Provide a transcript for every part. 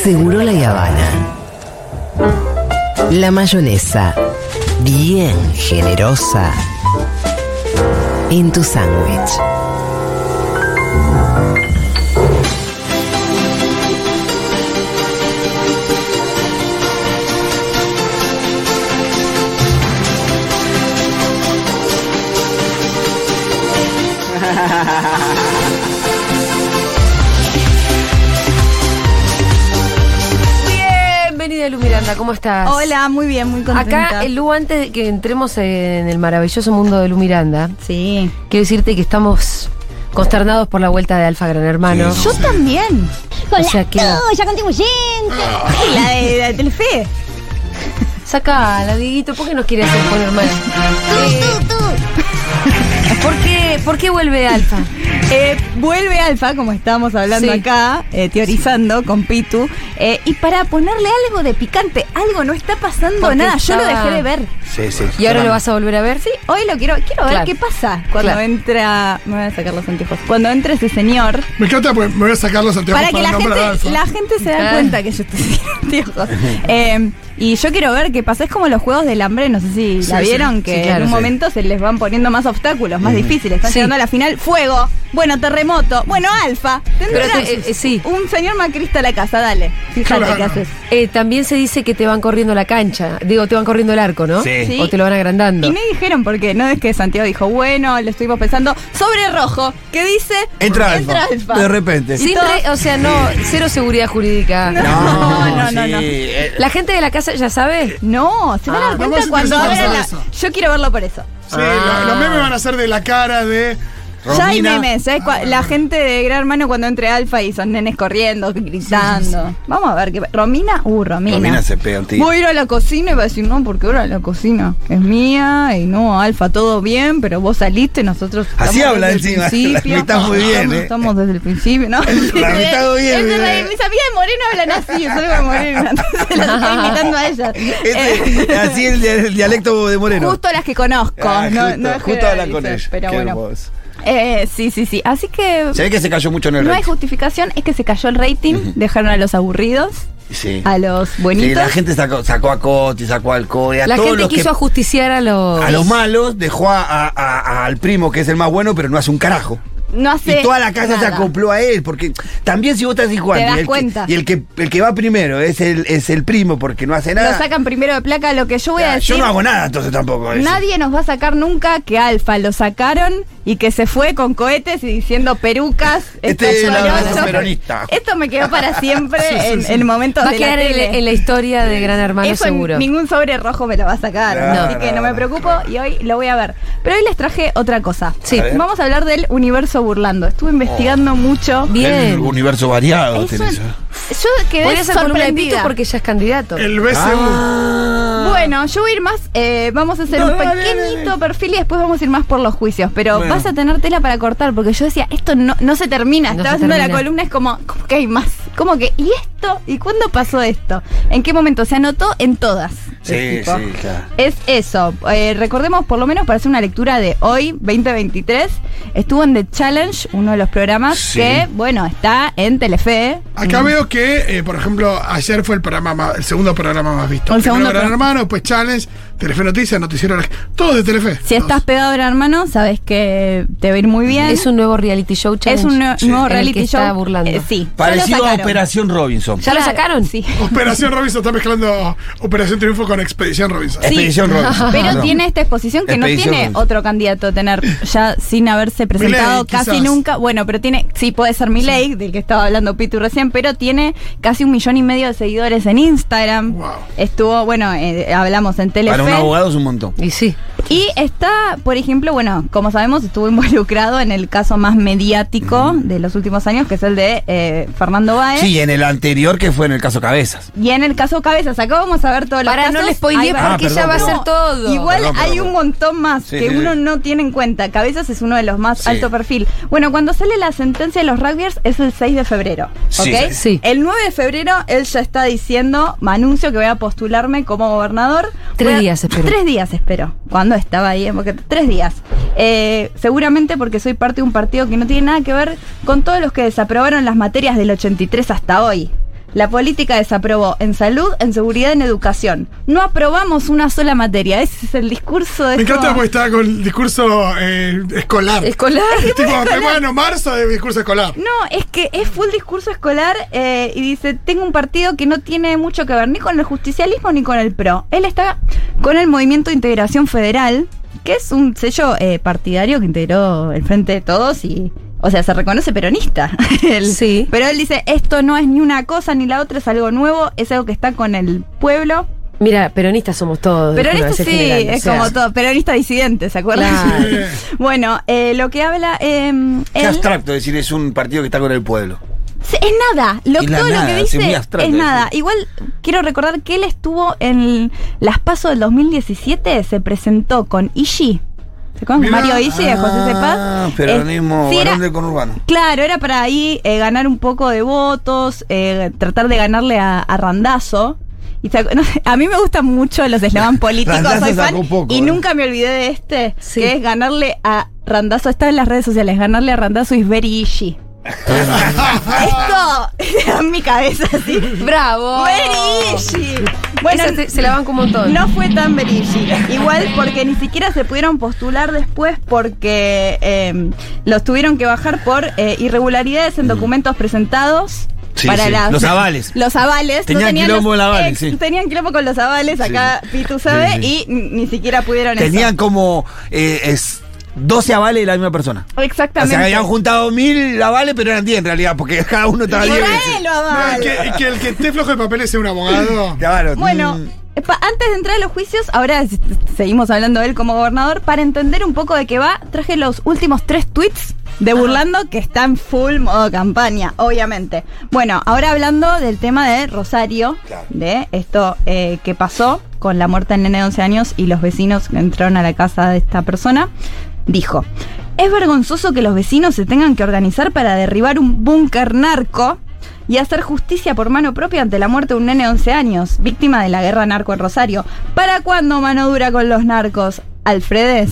Seguro La Habana. La mayonesa, bien generosa, en tu sándwich. Bienvenida, Lu Miranda, ¿cómo estás? Hola, muy bien, muy contenta. Acá, Lu, antes de que entremos en el maravilloso mundo de Lu Miranda, Sí. quiero decirte que estamos consternados por la vuelta de Alfa Gran Hermano. Yo también. O sea que... ya contribuyente. La de Telefe. Sacala, Dieguito, ¿por qué nos quiere hacer poner mal? Tú. ¿Por qué vuelve Alfa? Vuelve Alfa, como estábamos hablando Sí. acá, teorizando con Pitu. Y para ponerle algo de picante, algo no está pasando Porque nada. Yo lo estaba- dejé de ver. Sí. ¿Y ahora lo vas a volver a ver? Sí, hoy lo quiero ver Claro. qué pasa cuando Claro. entra. Me voy a sacar los anteojos. Cuando entra ese señor. Me encanta porque me voy a sacar los anteojos Para que nombrar a Alfa. la gente se da Claro. cuenta que yo estoy sin anteojos. Y yo quiero ver qué pasa. Es como los juegos del hambre, no sé si la Sí, vieron, sí. que Sí, claro, en un sí. momento se les van poniendo más obstáculos, más difíciles. Están Sí. llegando a la final. Fuego, bueno, terremoto, bueno, Alfa. Pero Tendrás sí. un señor macrista a la casa, dale. Fíjate Claro. qué haces. También se dice que te van corriendo la cancha. Digo, te van corriendo el arco, ¿no? Sí. Sí. O te lo van agrandando. Y me dijeron, porque no es que Santiago dijo, bueno, lo estuvimos pensando, sobre rojo, que dice, Entra Alfa. De repente. Sin o sea, no, cero seguridad jurídica. No. ¿La gente de la casa ya sabe? No, se van a dar vamos cuenta a cuando interesarnos abran en la... eso. Yo quiero verlo por eso. Sí, los memes van a ser de la cara de... Ya hay Romina. memes, ¿eh? La gente de Gran Hermano cuando entre Alfa y son nenes corriendo, gritando. Vamos a ver qué. Romina Romina se pega un tiro. Voy a ir a la cocina y va a decir, no, porque ahora la cocina es mía y no, Alfa, todo bien, pero vos saliste, nosotros. Así estamos habla desde el encima, principio. la mitad muy bien, Estamos, ¿eh? estamos desde el principio, ¿no? La mitad muy bien, Es verdad, bien. mis amigas de Moreno hablan así, yo soy de Moreno, entonces las estoy imitando a ellas. Así el dialecto de Moreno. Justo las que conozco, Ah, no justo hablan con generalizo, ella. pero Qué bueno. hermoso. Sí. Así que Se ve que se cayó mucho en el no hay rating. justificación, es que se cayó el rating, dejaron a los aburridos, Sí. a los Sí, buenitos. la gente sacó a Coti, sacó al Coy, a La todos gente los quiso que, ajusticiar a los malos, dejó al primo que es el más bueno, pero no hace un carajo. No hace Y toda la casa se nada. acopló a él, porque también si vos estás jugando Te das y el cuenta. y el que va primero es el primo porque no hace Lo nada. sacan primero de placa, lo que yo voy a Ya, decir. yo no hago nada entonces tampoco. eso. Nadie nos va a sacar nunca que Alfa lo sacaron y que se fue con cohetes y diciendo perucas. Este es fachoso. un peronista. Esto me quedó para siempre en momentos Va a de la quedar tele. en la historia de Gran Hermano, Eso seguro. ningún sobre rojo me lo va a sacar, No, así que no me preocupo y hoy lo voy a ver. Pero hoy les traje otra cosa. Sí. A ver. Vamos a hablar del universo burlando. Estuve investigando mucho. El Bien. universo variado Es tenés. Yo quedé Podrías hacer columna de Pitu sorprendida. porque ya es candidato. El BCU. Bueno, yo voy a ir más, vamos a hacer No, un dale, pequeñito dale. perfil y después vamos a ir más por los juicios. Pero Bueno. vas a tener tela para cortar, porque yo decía, esto no se termina. No Estaba se haciendo la termina. columna, es como que hay más. Como que, ¿y esto? ¿Y cuándo pasó esto? ¿En qué momento? Se anotó en todas. Sí, el tipo. sí, claro. Es eso. Recordemos, por lo menos para hacer una lectura de hoy, 2023, estuvo en The Challenge, uno de los programas Sí. que, bueno, está en Telefe. Acá veo que, por ejemplo, ayer fue el segundo programa más visto. El Primero segundo Gran pro- Hermano, después Challenge, Telefe Noticias, Noticiero... Todos de Telefe. Si estás Todos. pegado a Gran Hermano, sabes que te va a ir muy bien. Es un nuevo reality show, Es challenge. un nuevo Sí. nuevo En el reality que está show. burlando. Sí. ya Parecido lo a sacaron. Operación Robinson. ¿Ya lo sacaron? Sí. Operación Robinson está mezclando Operación Triunfo con Expedición Robinson. Expedición Robinson. Pero Perdón. tiene esta exposición que Expedición no tiene Robinson. otro candidato a tener ya sin haberse presentado Milei, casi quizás. nunca. Bueno, pero tiene, sí puede ser Milei, del que estaba hablando Pitu recién, pero tiene casi 1,5 millones de seguidores en Instagram. Wow. Estuvo, bueno, hablamos en Telefe. Para un abogado es un montón. Y sí. Y está, por ejemplo, bueno, como sabemos, estuvo involucrado en el caso más mediático de los últimos años, que es el de Fernando Báez. Sí, en el anterior que fue en el caso Cabezas. Y en el caso Cabezas, acá vamos a ver todos los Para casos. no les spoileé Ahí va. porque perdón, ya va a perdón. ser todo. Igual Perdón, hay perdón. un montón más Sí, que sí, uno sí. no tiene en cuenta. Cabezas es uno de los más Sí. alto perfil. Bueno, cuando sale la sentencia de los rugbyers es el 6 de febrero. Sí, ¿Ok? sí. El 9 de febrero él ya está diciendo, me anuncio que voy a postularme como gobernador. 3 días espero. 3 días espero. Cuando estaba ahí, porque 3 días. Seguramente porque soy parte de un partido que no tiene nada que ver con todos los que desaprobaron las materias del 83 hasta hoy. La política desaprobó en salud, en seguridad, en educación. No aprobamos una sola materia. Ese es el discurso de... Me encanta porque estaba con el discurso escolar. Escolar. Tipo, bueno, marzo de discurso escolar. No, es que es full discurso escolar y dice, tengo un partido que no tiene mucho que ver ni con el justicialismo ni con el PRO. Él está con el Movimiento de Integración Federal, que es un sello partidario que integró el Frente de Todos y... O sea, se reconoce peronista. Sí. Pero él dice, esto no es ni una cosa ni la otra, es algo nuevo, es algo que está con el pueblo. Mira, peronistas somos todos. Peronistas sí, general, es como todo. Peronista disidente, ¿se acuerdan? Claro. Bueno, lo que habla... Qué él, abstracto decir es un partido que está con el pueblo. es nada. Es la Todo lo nada, que es muy dice abstracto es eso. nada. Igual quiero recordar que él estuvo en las PASO del 2017, se presentó con Ishi. ¿Se acuerdan? Mirá. Mario Ishi de José Cepaz. Peronismo, sí, varón era- del conurbano. Claro, era para ahí ganar un poco de votos, tratar de ganarle a Randazzo. Y no sé, a mí me gustan mucho los eslogan políticos, Randazzo soy fan, sacó poco, y ¿eh? nunca me olvidé de este, Sí. que es ganarle a Randazzo. Está en las redes sociales, ganarle a Randazzo is very easy. Esto en mi cabeza, así. ¡Bravo! Very easy. Bueno, Esa se la banca un montón. no fue tan very easy. Igual porque ni siquiera se pudieron postular después porque los tuvieron que bajar por irregularidades en documentos presentados. Sí, para sí. las- Los avales. Los avales. Tenían quilombo los en avales, ex, sí. Tenían quilombo con los avales, acá Pitu sabe, Sí, y ni siquiera pudieron Tenían eso. como 12 avales de la misma persona. O Exactamente. sea, habían juntado 1000 avales, pero eran 10 en realidad, porque cada uno estaba 10 veces. Israel lo Mira, avala. que el que esté flojo de papeles sea un abogado. Claro. Bueno, antes de entrar a los juicios, ahora seguimos hablando de él como gobernador. Para entender un poco de qué va, traje los últimos 3 tweets de Burlando que están full modo campaña, obviamente. Bueno, ahora hablando del tema de Rosario, Claro. de esto que pasó con la muerte del nene de 11 años y los vecinos que entraron a la casa de esta persona, dijo: es vergonzoso que los vecinos se tengan que organizar para derribar un búnker narco y hacer justicia por mano propia ante la muerte de un nene de 11 años, víctima de la guerra narco en Rosario. ¿Para cuándo mano dura con los narcos, Alfredes?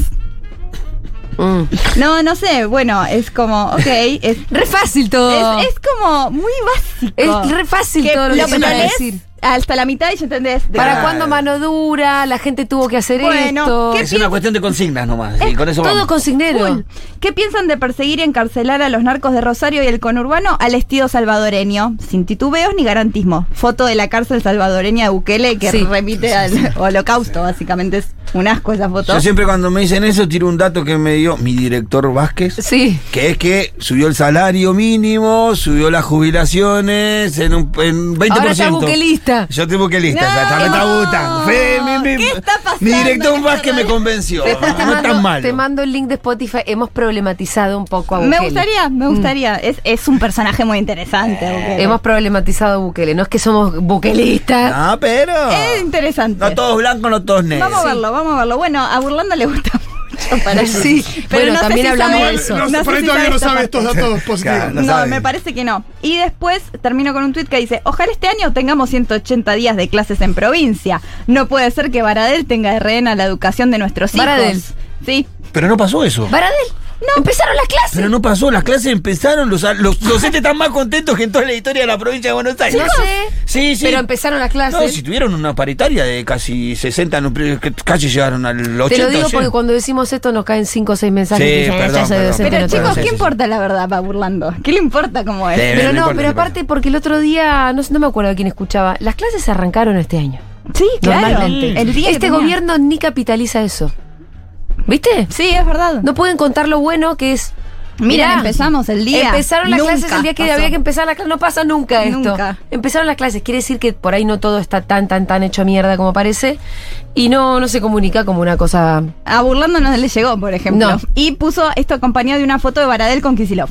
No sé, bueno, es como, ok, es Re fácil todo. es como muy básico. Es re fácil todo lo que se lo acaba de lees decir. hasta la mitad y ya entendés. ¿Para Claro. cuándo mano dura? La gente tuvo que hacer Bueno, esto. ¿qué Es una cuestión de consignas nomás. Y con eso Todo vamos. consignero. Full. ¿Qué piensan de perseguir y encarcelar a los narcos de Rosario y el conurbano al estilo salvadoreño? Sin titubeos ni garantismo. Foto de la cárcel salvadoreña de Bukele que Sí. remite al holocausto, básicamente es un asco esa foto. Yo siempre cuando me dicen eso tiro un dato que me dio mi director Vázquez, Sí. que es que subió el salario mínimo, subió las jubilaciones en 20%. Ahora está buquelista. Yo estoy buquelista, No, me está gustando. ¿qué está pasando Mi director en Vázquez esta me convenció. Después No es tan malo. te mando el link de Spotify. Hemos problematizado un poco a Bukele. Me gustaría. Es un personaje muy interesante, Bukele. Hemos problematizado a Bukele. No es que somos buquelistas. Ah, pero. Es interesante. No todos blancos, no todos negros. Vamos a verlo. Bueno, a Burlando le gusta mucho para Sí. Bueno, no sé también si hablamos sabe- de eso. No, no sé por ahí si todavía sabe no esta sabe parte. estos datos positivos. Claro. No, sabe. me parece que no. Y después termino con un tuit que dice: ojalá este año tengamos 180 días de clases en provincia. No puede ser que Baradel tenga de rehén a la educación de nuestros hijos. Baradel. Sí. Pero no pasó eso. Baradel. No. Empezaron las clases. Pero no pasó, las clases empezaron, los docentes están más contentos que en toda la historia de la provincia de Buenos Aires. No sé. Sí, sí. Pero empezaron las clases. No, si tuvieron una paritaria de casi 60, que casi llegaron al 80. Te lo digo ¿sí? porque cuando decimos esto nos caen 5 o 6 mensajes. Sí, que dicen, perdón, "Ya soy perdón. docente, Pero no te chicos, vas a ¿qué decir". importa la verdad va Burlando? ¿Qué le importa cómo es? Sí. Pero no no, importa, pero no aparte porque el otro día, no me acuerdo de quién escuchaba, las clases se arrancaron este año. Sí, claro. Normalmente. El día que este tenía. gobierno ni capitaliza eso. ¿Viste? Sí, es verdad. No pueden contar lo bueno que es. Miren, Mirá, empezamos el día. Empezaron las Nunca clases el día que pasó. había que empezar la clase. No pasa nunca esto. Nunca. Empezaron las clases. Quiere decir que por ahí no todo está tan hecho mierda como parece. Y no se comunica como una cosa. A Burlando no le llegó, por ejemplo. No. Y puso esto acompañado de una foto de Baradel con Kicillof.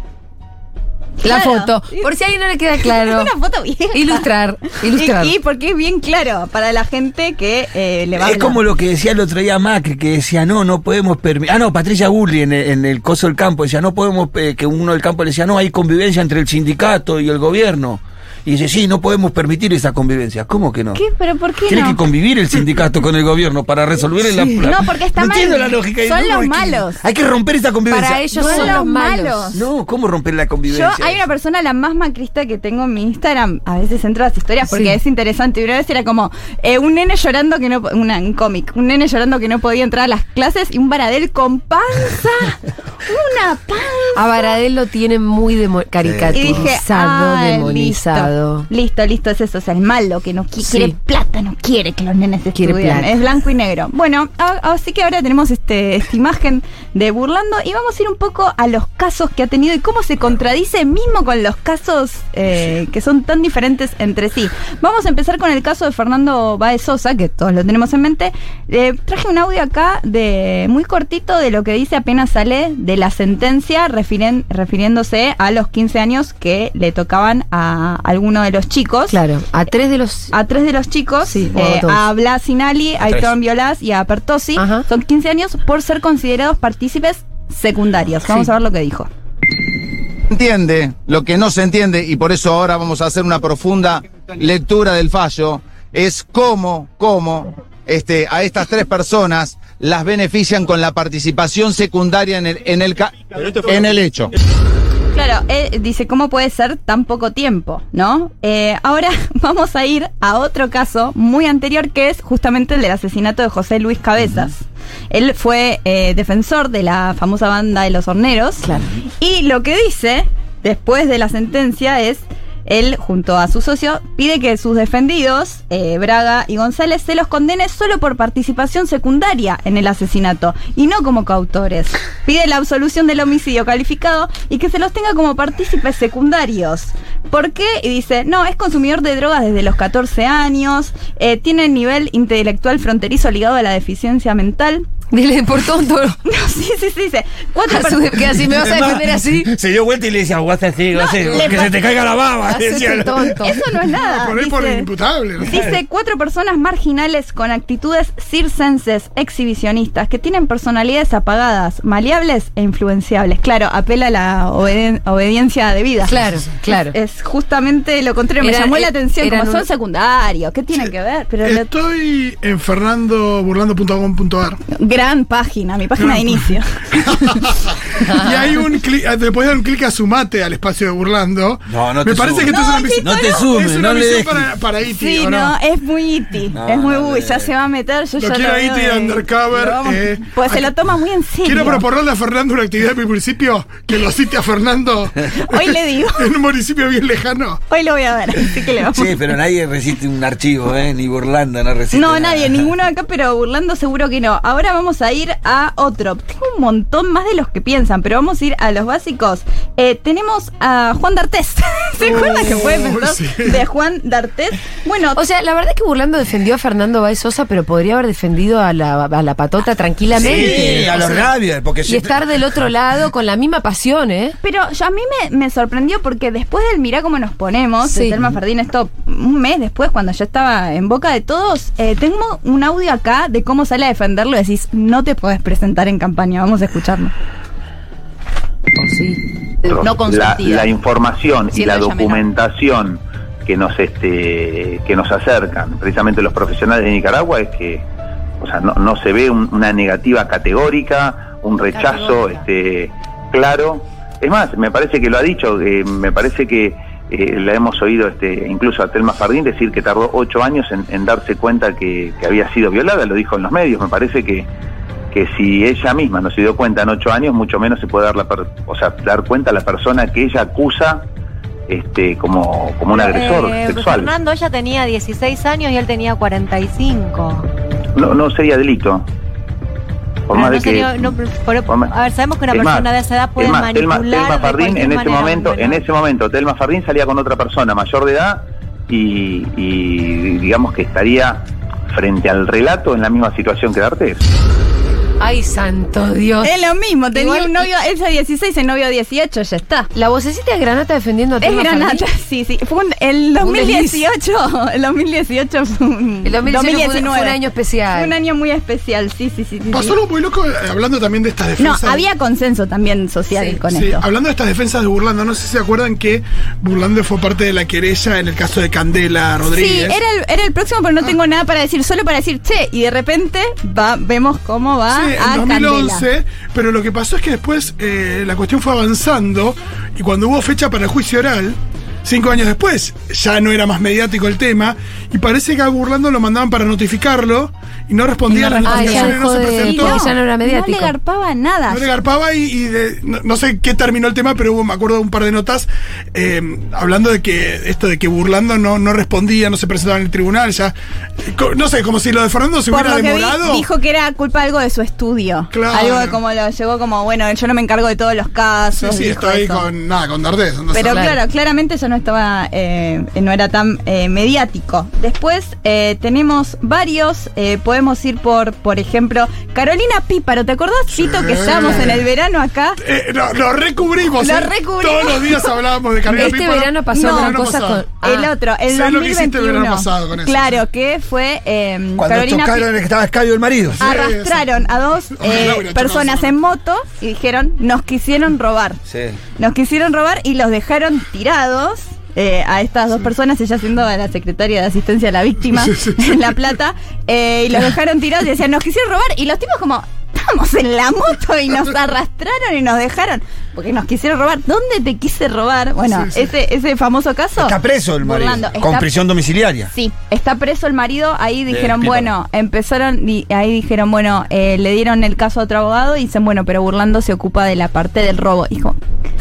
La Claro. foto. Por si a alguien no le queda claro. Es una foto vieja. Ilustrar. Y porque es bien claro para la gente que le va a Es hablar. como lo que decía el otro día Macri, que decía, no podemos permitir. Patricia Burri en el coso del campo decía, no podemos, que uno del campo le decía, no, hay convivencia entre el sindicato y el gobierno. y dice, sí, no podemos permitir esa convivencia. ¿Cómo que no? ¿Qué? ¿Pero por qué Tiene no? que convivir el sindicato con el gobierno para resolver No, porque está no mal. entiendo la lógica. Son No, los hay que- malos. Hay que romper esa convivencia. Para ellos No, son los los malos. malos. No, ¿cómo romper la convivencia? Hay una persona, la más macrista que tengo en mi Instagram, a veces entro a las historias porque Sí. es interesante. Y una vez era como un nene llorando que no, un cómic, un nene llorando que no podía entrar a las clases y un Baradel con panza, una panza. A Baradel lo tienen muy Y caricaturizado, dije, demonizado. Listo, es eso. O sea, el malo que no Sí. quiere plata, no quiere que los nenes Quiere estudien. plata. Es blanco y negro. Bueno, así que ahora tenemos esta imagen de Burlando y vamos a ir un poco a los casos que ha tenido y cómo se contradice mismo con los casos que son tan diferentes entre sí. Vamos a empezar con el caso de Fernando Báez Sosa, que todos lo tenemos en mente. Traje un audio acá de muy cortito de lo que dice apenas sale de la sentencia refiriéndose a los 15 años que le tocaban a alguno de los chicos. Claro, a 3 de los... A 3 de los chicos, Sí, o a dos. a Blas Sinali, a Aitor Violás y a Pertossi, Ajá. son 15 años por ser considerados partícipes secundarios. Vamos Sí. a ver lo que dijo. Entiende lo que no se entiende, y por eso ahora vamos a hacer una profunda lectura del fallo, es cómo a estas 3 personas las benefician con la participación secundaria en el hecho. Claro, dice, ¿cómo puede ser tan poco tiempo? ¿No? Ahora vamos a ir a otro caso muy anterior, que es justamente el del asesinato de José Luis Cabezas. Él fue defensor de la famosa banda de Los Horneros. Claro. Y lo que dice, después de la sentencia, es... Él, junto a su socio, pide que sus defendidos, Braga y González, se los condene solo por participación secundaria en el asesinato y no como coautores. Pide la absolución del homicidio calificado y que se los tenga como partícipes secundarios. ¿Por qué? Y dice, no, es consumidor de drogas desde los 14 años, tiene nivel intelectual fronterizo ligado a la deficiencia mental. Dile por tonto. No, sí, dice. Que así me vas a defender así. Se dio vuelta y le decía, aguanta así, No, que se te caiga la baba. Hacete tonto. Eso no es nada. Por ahí por dice. inimputable. ¿no? Dice 4 personas marginales con actitudes circenses, exhibicionistas, que tienen personalidades apagadas, maleables e influenciables. Claro, apela a la obediencia debida. Claro. Es justamente lo contrario. Me llamó la atención, como son secundarios. ¿Qué tienen que ver? Pero Estoy en fernandoburlando.com.ar gran página, mi página de inicio. y hay un clic, le puedes dar un clic a Sumate al espacio de Burlando. No te Me parece sumes. que esto es una No, misión. No te Es sumes, una no le misión dejes. para E.T. Sí, ¿o no? es muy iti. No, es muy no uy, le- ya se va a meter. Yo Lo ya quiero lo ahí, veo tío, de- undercover, lo vamos- pues se lo toma muy en serio. Quiero proponerle a Fernando una actividad en mi municipio que lo cite a Fernando Hoy le digo, en un municipio bien lejano. hoy lo voy a ver, así que le vamos. Sí, pero nadie resiste un archivo, ni Burlando no resiste. No, nada. nadie, ninguno acá, pero Burlando seguro que no. Ahora vamos a ir a otro. Tengo un montón más de los que piensan, pero vamos a ir a los básicos. Tenemos a Juan D'Artés. ¿Se acuerdan que fue defensor sí. de Juan D'Artés? Bueno, O sea, la verdad es que Burlando defendió a Fernando Báez Sosa, pero podría haber defendido a la patota tranquilamente. Sí, a los rabios, porque Y estar del otro lado con la misma pasión, ¿eh? pero a mí me sorprendió porque después del Mirá cómo nos ponemos, Sí. de Telma Fardín, esto un mes después, cuando ya estaba en boca de todos, tengo un audio acá de cómo sale a defenderlo y decís, no te podés presentar en campaña, vamos a escucharlo. Sí. No consentida. La información y Siendo la ella menor. documentación que nos acercan precisamente los profesionales de Nicaragua es que, o sea, no se ve una negativa categórica, un rechazo claro. Es más, me parece que lo ha dicho, me parece que la hemos oído incluso a Telma Fardín decir que tardó 8 años en darse cuenta que había sido violada, lo dijo en los medios. Me parece que si ella misma no se dio cuenta en 8 años, mucho menos se puede dar cuenta a la persona que ella acusa como un agresor sexual. Fernando, ella tenía 16 años y él tenía 45. No sería delito. Por más No de que sería- no, por más- a ver, sabemos que una es persona más, de esa edad puede es más, manipular Telma de Fardín cualquier manera a un en menor. ese momento Telma Fardín salía con otra persona mayor de edad y digamos que estaría frente al relato en la misma situación que D'Artés. Ay, santo Dios. Es lo mismo, tenía Igual- un novio, ese 16, el novio 18, ya está. La vocecita es Granata defendiendo a Es Telma Granata, Fardín. sí. Fue el 2018. El 2018 fue un. El 2019 fue un año especial. Fue un año muy especial, sí. Pasó algo muy loco hablando también de estas defensas. No, había consenso también social Sí, con Sí, esto. hablando de estas defensas de Burlando, no sé si se acuerdan que Burlando fue parte de la querella en el caso de Candela Sí, Rodríguez. era el próximo, pero no tengo nada para decir, solo para decir, che, y de repente vemos cómo va Sí, a en 2011, Candela. pero lo que pasó es que después la cuestión fue avanzando y cuando hubo fecha para el juicio oral, 5 años después, ya no era más mediático el tema y parece que a Burlando lo mandaban para notificarlo y no respondía a las Ah, ya notificaciones, no dejó se de- presentó. porque ya no era No mediático. le garpaba nada. No le garpaba no sé qué terminó el tema, pero me acuerdo de un par de notas hablando de que esto de que Burlando no respondía, no se presentaba en el tribunal, ya no sé, como si lo de Fernando se Por hubiera lo que demorado. dijo que era culpa de algo de su estudio. Claro. Algo de como lo llegó como, bueno, yo no me encargo de todos los Sí, casos. sí, dijo está ahí eso. con Dardés. no sé. Pero Claro. claro, claramente ya no estaba, no era tan mediático. Después tenemos varios, podemos ir por ejemplo, Carolina Píparo. ¿Te acordás, Fito, que estábamos en el verano acá? Lo recubrimos. Lo ¿eh? recubrimos. Todos los días hablábamos de Carolina Este Píparo. verano pasó No, gran verano cosa pasado. con. El otro, el sé lo que hiciste el 2021. verano pasado con eso. Claro, que fue Cuando Carolina chocaron el que estaba Escabio el marido. arrastraron a dos Laura, personas chocamos. en moto y dijeron, nos quisieron robar. Sí. Nos quisieron robar y los dejaron tirados a estas dos personas, ella siendo la secretaria de asistencia a la víctima en La Plata, y los dejaron tirados y decían, nos quisieron robar, y los tipos como, estábamos en la moto y nos arrastraron y nos dejaron, porque nos quisieron robar. ¿Dónde te quise robar? Bueno, Sí, sí. ese famoso caso. Está preso el marido. Burlando, Con está- prisión domiciliaria. Sí, está preso el marido. Ahí dijeron, Píparo. bueno, ahí dijeron, bueno, le dieron el caso a otro abogado y dicen, bueno, pero Burlando se ocupa de la parte del robo. Dijo,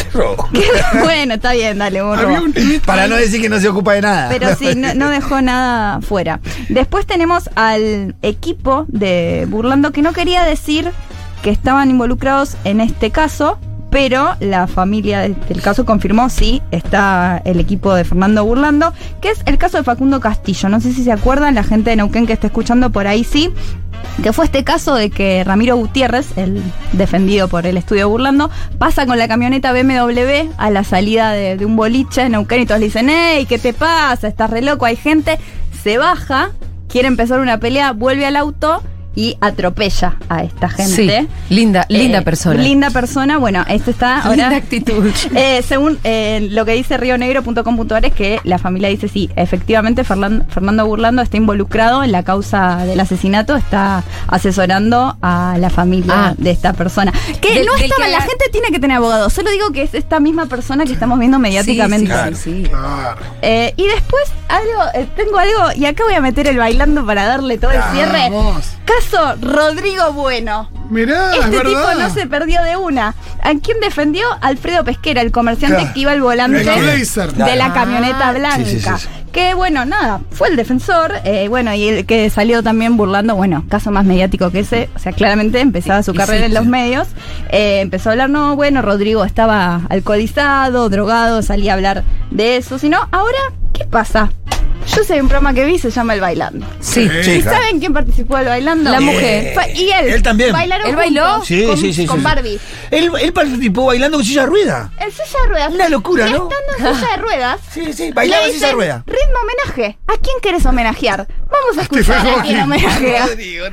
bueno, está bien, dale, un robo. Había un tweet Para no decir que no se ocupa de nada. Pero sí, no dejó nada fuera. Después tenemos al equipo de Burlando, que no quería decir que estaban involucrados en este caso, pero la familia del caso confirmó, sí, está el equipo de Fernando Burlando, que es el caso de Facundo Castillo. No sé si se acuerdan, la gente de Neuquén que está escuchando por ahí sí, que fue este caso de que Ramiro Gutiérrez, el defendido por el estudio Burlando, pasa con la camioneta BMW a la salida de un boliche en Neuquén y todos le dicen, ¡ey, qué te pasa! Estás re loco, hay gente. Se baja, quiere empezar una pelea, vuelve al auto y atropella a esta gente. Sí, linda persona. Linda persona, bueno, esto está ahora. Linda actitud. Según lo que dice rionegro.com.ar es que la familia dice sí, efectivamente Fernando Burlando está involucrado en la causa del asesinato, está asesorando a la familia de esta persona. Que Del- no del estaba, que la haga- gente tiene que tener abogado, solo digo que es esta misma persona que estamos viendo mediáticamente. Sí. Claro. Y después tengo algo, y acá voy a meter el bailando para darle todo el cierre. Vamos. Caso Rodrigo Bueno. Mirá, es Este tipo verdad. no se perdió de una. ¿A quién defendió? Alfredo Pesquera, el comerciante Claro. que iba al volante El Blazer. de la Ah, camioneta blanca. sí, sí, sí. Que bueno, nada, fue el defensor, bueno, y el que salió también burlando, bueno, caso más mediático que ese, o sea, claramente empezaba su Y carrera sí, en los sí. medios, empezó a hablar, no, bueno, Rodrigo estaba alcoholizado, drogado, salía a hablar de eso, sino, ahora, ¿qué pasa? Yo sé un programa que vi, se llama El Bailando. Sí. Sí, ¿Y claro. saben quién participó del Bailando? La mujer. Y él. Él también. Bailaron ¿Él bailó? juntos Sí, con, sí, sí. con sí. Barbie. Él participó bailando con silla de rueda. En silla de ruedas. Una locura, Y ¿no? estando en silla de ruedas. Sí, sí, bailaba le en silla de dicen, rueda. Ritmo homenaje. ¿A quién querés homenajear? Vamos a escuchar Stephen a quién Hawking. homenajea.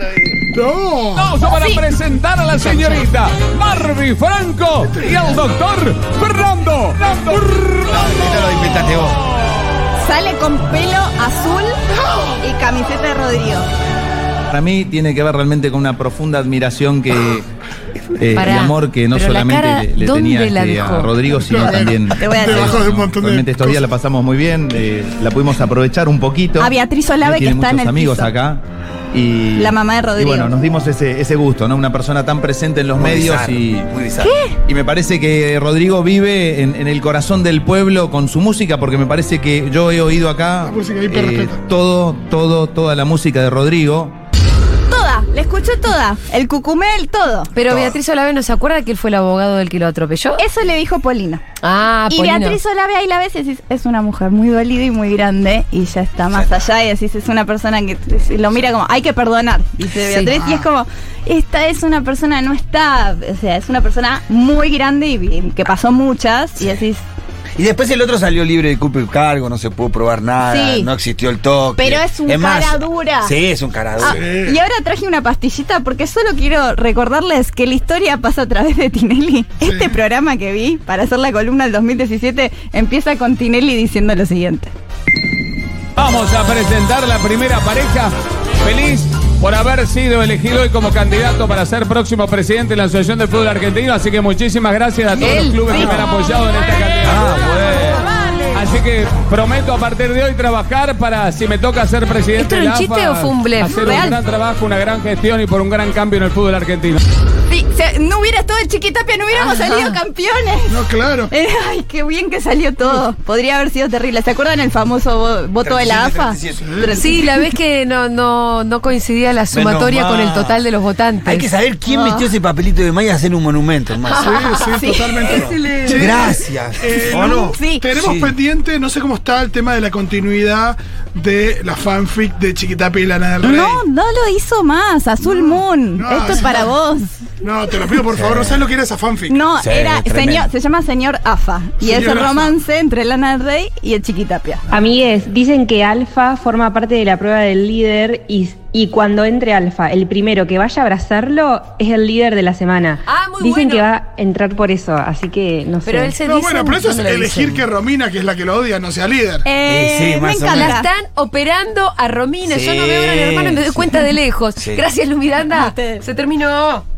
No. Aplauso para presentar a la señorita Barbie Franco y al doctor Fernando. Esto lo inventaste vos. Sale con pelo azul y camiseta de Rodrigo. Para mí tiene que ver realmente con una profunda admiración que y Pará, amor que no pero la solamente cara, le ¿dónde tenía la a dejó? Rodrigo, sino Claro. también Te voy a decir. Debajo de un montón de realmente estos días la pasamos muy bien, la pudimos aprovechar un poquito. A Beatriz Olave, Tiene que está en muchos el amigos piso. acá. Y, La mamá de Rodrigo. Y bueno, nos dimos ese gusto, ¿no? Una persona tan presente en los medios Muy bizarro. y me parece que Rodrigo vive en el corazón del pueblo con su música, porque me parece que yo he oído acá La música hiper respeto. toda la música de Rodrigo. Le escuchó toda, el cucumel, todo. Pero Beatriz Olave no se acuerda que él fue el abogado del que lo atropelló. Eso le dijo Polino. Ah, Y Polino. Beatriz Olave ahí la ves y decís, es una mujer muy dolida y muy grande y ya está más allá y decís, es una persona que lo mira como, hay que perdonar, dice Sí. Beatriz, y es como, esta es una persona, no está, o sea, es una persona muy grande y que pasó muchas y decís, Y después el otro salió libre de culpa y cargo, no se pudo probar nada, Sí. no existió el toque. pero es un cara dura. Sí, es un cara dura. Y ahora traje una pastillita porque solo quiero recordarles que la historia pasa a través de Tinelli. Este programa que vi para hacer la columna del 2017 empieza con Tinelli diciendo lo siguiente. Vamos a presentar la primera pareja. Feliz por haber sido elegido hoy como candidato para ser próximo presidente de la Asociación del Fútbol Argentino. Así que muchísimas gracias a todos los clubes que me han apoyado en esta candidatura. Así que prometo a partir de hoy trabajar para, si me toca ser presidente ¿Esto de era la un chiste AFA, o fue un blef? hacer Real. un gran trabajo, una gran gestión y por un gran cambio en el fútbol argentino. Sí, no hubiera estado el Chiquitapia, no hubiéramos salido campeones. No, claro. Ay, qué bien que salió todo. Podría haber sido terrible. ¿Se acuerdan el famoso voto de la AFA? 37. Sí, la vez que no coincidía la sumatoria Menos con el mal. total de los votantes. Hay que saber quién metió ese papelito de Maya a hacer un monumento, hermano. Sí, totalmente. Che, Gracias. ¿O no? Sí. Tenemos Sí. pendiente, no sé cómo está el tema de la continuidad de la fanfic de Chiquitapia y Lana del Rey. No lo hizo más. Azul Moon. no, Esto es sí, para no. vos. No, te lo pido por favor, no sabes lo que era esa fanfic. No, Sí, era tremendo. se llama Señor AFA. Y Señor es el AFA. romance entre Lana del Rey y el Chiquitapia. Amigues, dicen que Alfa forma parte de la prueba del líder y cuando entre Alfa, el primero que vaya a abrazarlo es el líder de la semana. Ah, muy Dicen bueno. que va a entrar por eso, así que no Pero sé. él se No, dice. bueno, pero eso es ¿dónde lo elegir dicen? que Romina, que es la que lo odia, no sea líder. Sí, Me más o encanta. La menos. están operando a Romina. Yo no Sí, veo a mi hermano y me doy cuenta de lejos. Sí. Gracias, Lu A Miranda. ustedes. Se terminó.